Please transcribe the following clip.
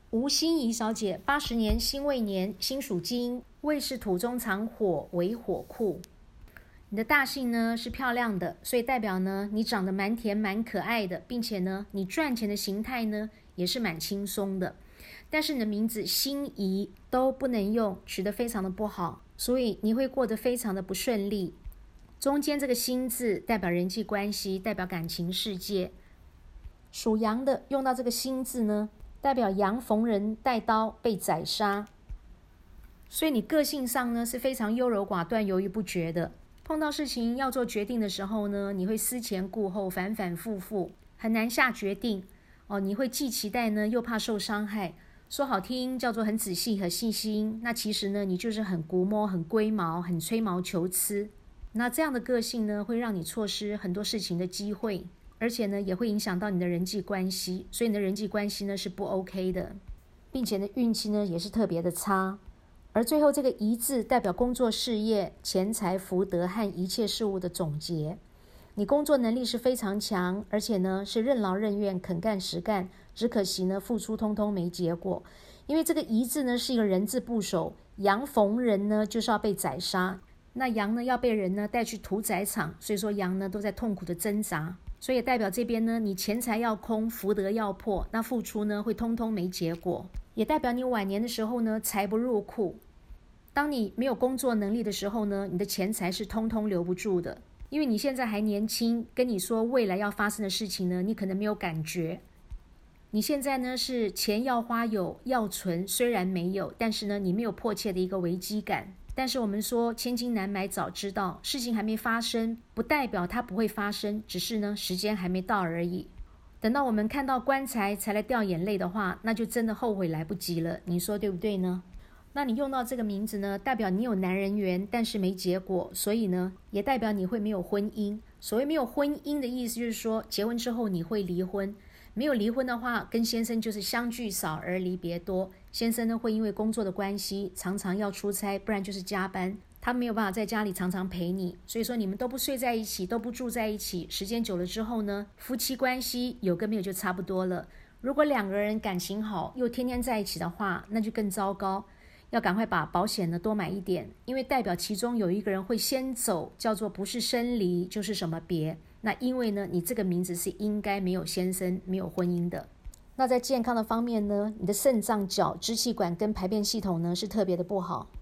吴心怡小姐80年辛未年，辛属金，未是土中藏火为火库。你的大姓呢是漂亮的，所以代表呢你长得蛮甜蛮可爱的，并且呢你赚钱的形态呢也是蛮轻松的。但是你的名字心怡都不能用，取得非常的不好，所以你会过得非常的不顺利。中间这个心字代表人际关系，代表感情世界。属羊的用到这个心字呢，代表羊逢人带刀被宰杀。所以你个性上呢是非常优柔寡断、犹豫不决的。碰到事情要做决定的时候呢，你会思前顾后，反反复复，很难下决定。你会既期待呢，又怕受伤害。说好听叫做很仔细和细心，那其实呢，你就是很估摸、很龟毛、很吹毛求疵。那这样的个性呢，会让你错失很多事情的机会，而且呢，也会影响到你的人际关系。所以你的人际关系呢是不 OK 的，并且呢，运气呢也是特别的差。而最后这个怡字代表工作事业、钱财福德和一切事物的总结。你工作能力是非常强，而且呢是任劳任怨、肯干实干，只可惜呢付出通通没结果。因为这个怡字呢是一个人字部首，羊逢人呢就是要被宰杀，那羊呢要被人呢带去屠宰场，所以说羊呢都在痛苦的挣扎。所以也代表这边呢你钱财要空，福德要破，那付出呢会通通没结果。也代表你晚年的时候呢财不入库。当你没有工作能力的时候呢，你的钱财是通通留不住的。因为你现在还年轻，跟你说未来要发生的事情呢，你可能没有感觉。你现在呢是钱要花有，要存虽然没有，但是呢你没有迫切的一个危机感。但是我们说千金难买早知道，事情还没发生，不代表它不会发生，只是呢时间还没到而已。等到我们看到棺材才来掉眼泪的话，那就真的后悔来不及了，你说对不对呢？那你用到这个名字呢，代表你有男人缘，但是没结果，所以呢也代表你会没有婚姻。所谓没有婚姻的意思就是说，结婚之后你会离婚。没有离婚的话，跟先生就是相聚少而离别多。先生呢会因为工作的关系常常要出差，不然就是加班，他没有办法在家里常常陪你，所以说你们都不睡在一起，都不住在一起，时间久了之后呢，夫妻关系有跟没有就差不多了。如果两个人感情好又天天在一起的话，那就更糟糕。要赶快把保险呢多买一点，因为代表其中有一个人会先走，叫做不是生离就是什么别。那因为呢你这个名字是应该没有先生没有婚姻的。那在健康的方面呢，你的肾脏、脚、支气管跟排便系统呢是特别的不好。